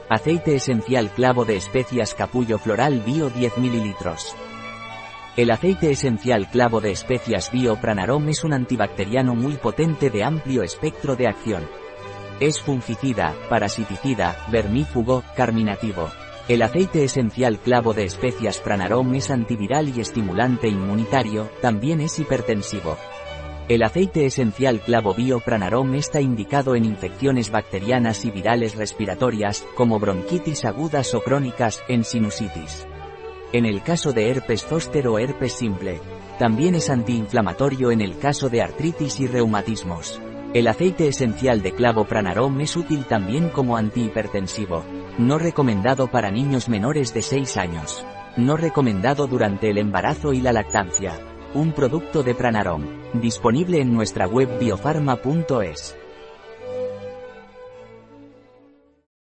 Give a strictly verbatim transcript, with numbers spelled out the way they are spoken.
Aceite esencial clavo de especias capullo floral bio diez mililitros. El aceite esencial clavo de especias bio Pranarom es un antibacteriano muy potente de amplio espectro de acción. Es fungicida, parasiticida, vermífugo, carminativo. El aceite esencial clavo de especias Pranarom es antiviral y estimulante inmunitario, también es hipertensivo. El aceite esencial clavo bio Pranarom está indicado en infecciones bacterianas y virales respiratorias, como bronquitis agudas o crónicas, en sinusitis. En el caso de herpes zóster o herpes simple. También es antiinflamatorio en el caso de artritis y reumatismos. El aceite esencial de clavo Pranarom es útil también como antihipertensivo. No recomendado para niños menores de seis años. No recomendado durante el embarazo y la lactancia. Un producto de Pranarom, disponible en nuestra web biofarma punto es.